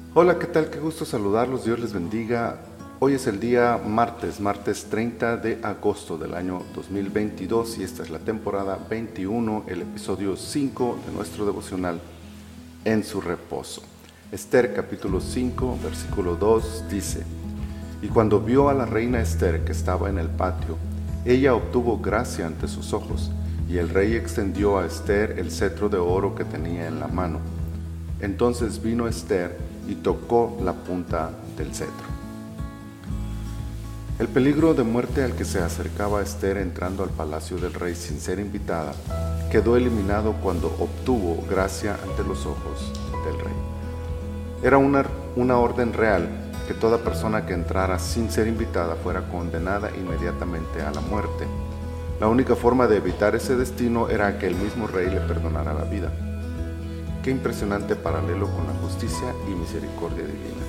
Hola, ¿qué tal? Qué gusto saludarlos, Dios les bendiga. Hoy es el día martes 30 de agosto del año 2022 y esta es la temporada 21, el episodio 5 de nuestro devocional En su reposo. Esther capítulo 5, versículo 2 dice: Y cuando vio a la reina Esther que estaba en el patio, ella obtuvo gracia ante sus ojos, y el rey extendió a Esther el cetro de oro que tenía en la mano. Entonces vino Esther y tocó la punta del cetro. El peligro de muerte al que se acercaba Esther entrando al palacio del rey sin ser invitada quedó eliminado cuando obtuvo gracia ante los ojos del rey. Era una orden real que toda persona que entrara sin ser invitada fuera condenada inmediatamente a la muerte. La única forma de evitar ese destino era que el mismo rey le perdonara la vida. Qué impresionante paralelo con la justicia y misericordia divina.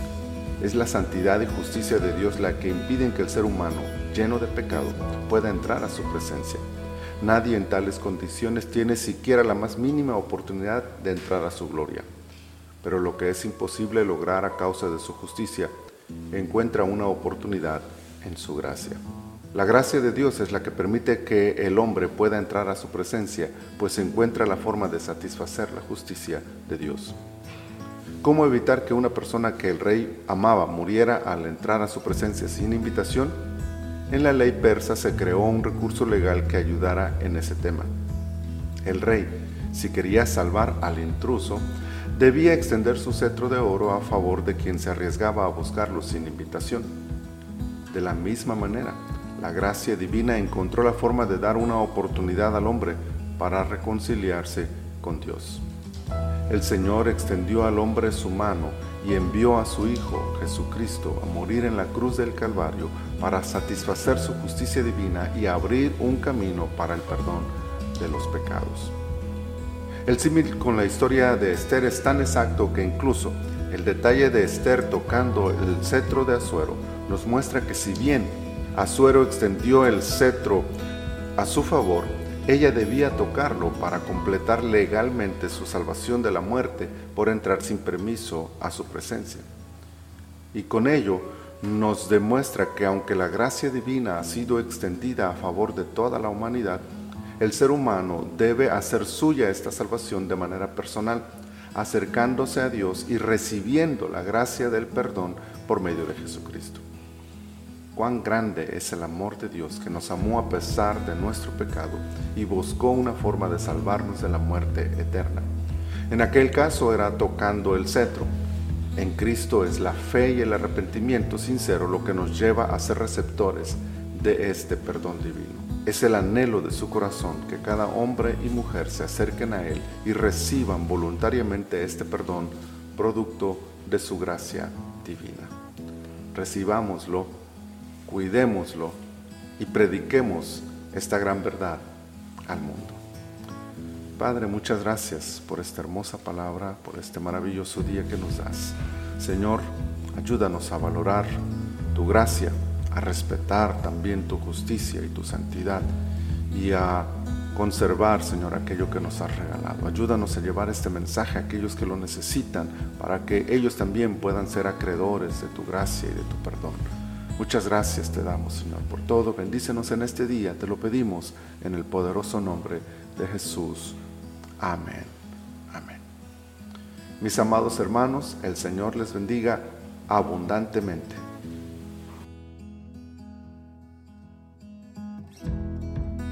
Es la santidad y justicia de Dios la que impiden que el ser humano, lleno de pecado, pueda entrar a su presencia. Nadie en tales condiciones tiene siquiera la más mínima oportunidad de entrar a su gloria. Pero lo que es imposible lograr a causa de su justicia, encuentra una oportunidad en su gracia. La gracia de Dios es la que permite que el hombre pueda entrar a su presencia, pues encuentra la forma de satisfacer la justicia de Dios. ¿Cómo evitar que una persona que el rey amaba muriera al entrar a su presencia sin invitación? En la ley persa se creó un recurso legal que ayudara en ese tema. El rey, si quería salvar al intruso, debía extender su cetro de oro a favor de quien se arriesgaba a buscarlo sin invitación. De la misma manera, la gracia divina encontró la forma de dar una oportunidad al hombre para reconciliarse con Dios. El Señor extendió al hombre su mano y envió a su Hijo, Jesucristo, a morir en la cruz del Calvario para satisfacer su justicia divina y abrir un camino para el perdón de los pecados. El símil con la historia de Esther es tan exacto que incluso el detalle de Esther tocando el cetro de Asuero nos muestra que si bien Asuero extendió el cetro a su favor, ella debía tocarlo para completar legalmente su salvación de la muerte por entrar sin permiso a su presencia. Y con ello nos demuestra que aunque la gracia divina ha sido extendida a favor de toda la humanidad, el ser humano debe hacer suya esta salvación de manera personal, acercándose a Dios y recibiendo la gracia del perdón por medio de Jesucristo. Cuán grande es el amor de Dios que nos amó a pesar de nuestro pecado y buscó una forma de salvarnos de la muerte eterna. En aquel caso era tocando el cetro. En Cristo es la fe y el arrepentimiento sincero lo que nos lleva a ser receptores de este perdón divino. Es el anhelo de su corazón que cada hombre y mujer se acerquen a Él y reciban voluntariamente este perdón, producto de su gracia divina. Recibámoslo, cuidémoslo y prediquemos esta gran verdad al mundo. Padre, muchas gracias por esta hermosa palabra, por este maravilloso día que nos das. Señor, ayúdanos a valorar tu gracia, a respetar también tu justicia y tu santidad y a conservar, Señor, aquello que nos has regalado. Ayúdanos a llevar este mensaje a aquellos que lo necesitan para que ellos también puedan ser acreedores de tu gracia y de tu perdón. Muchas gracias te damos, Señor, por todo. Bendícenos en este día, te lo pedimos en el poderoso nombre de Jesús. Amén. Amén. Mis amados hermanos, el Señor les bendiga abundantemente.